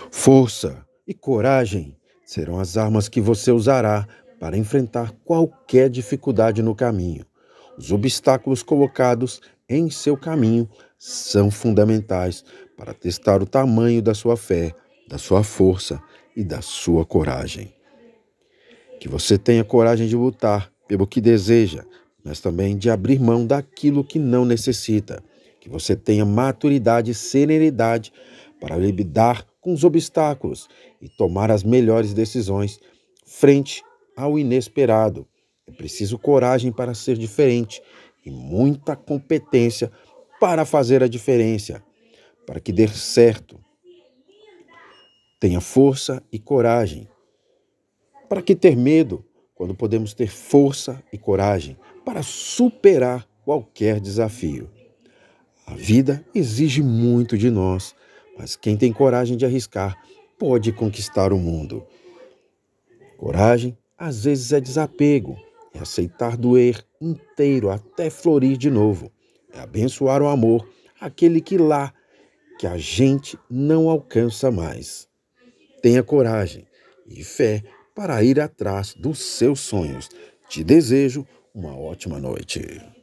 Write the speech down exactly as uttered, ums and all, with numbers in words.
Força e coragem serão as armas que você usará para enfrentar qualquer dificuldade no caminho. Os obstáculos colocados em seu caminho são fundamentais para testar o tamanho da sua fé, da sua força e da sua coragem. Que você tenha coragem de lutar pelo que deseja, mas também de abrir mão daquilo que não necessita. Que você tenha maturidade e serenidade para lidar com os obstáculos e tomar as melhores decisões frente ao inesperado. É preciso coragem para ser diferente e muita competência para fazer a diferença, para que dê certo. Tenha força e coragem. Para que ter medo quando podemos ter força e coragem para superar qualquer desafio? A vida exige muito de nós, mas quem tem coragem de arriscar pode conquistar o mundo. Coragem, às vezes, é desapego, é aceitar doer inteiro até florir de novo, é abençoar o amor, aquele que lá, que a gente não alcança mais. Tenha coragem e fé para ir atrás dos seus sonhos. Te desejo uma ótima noite.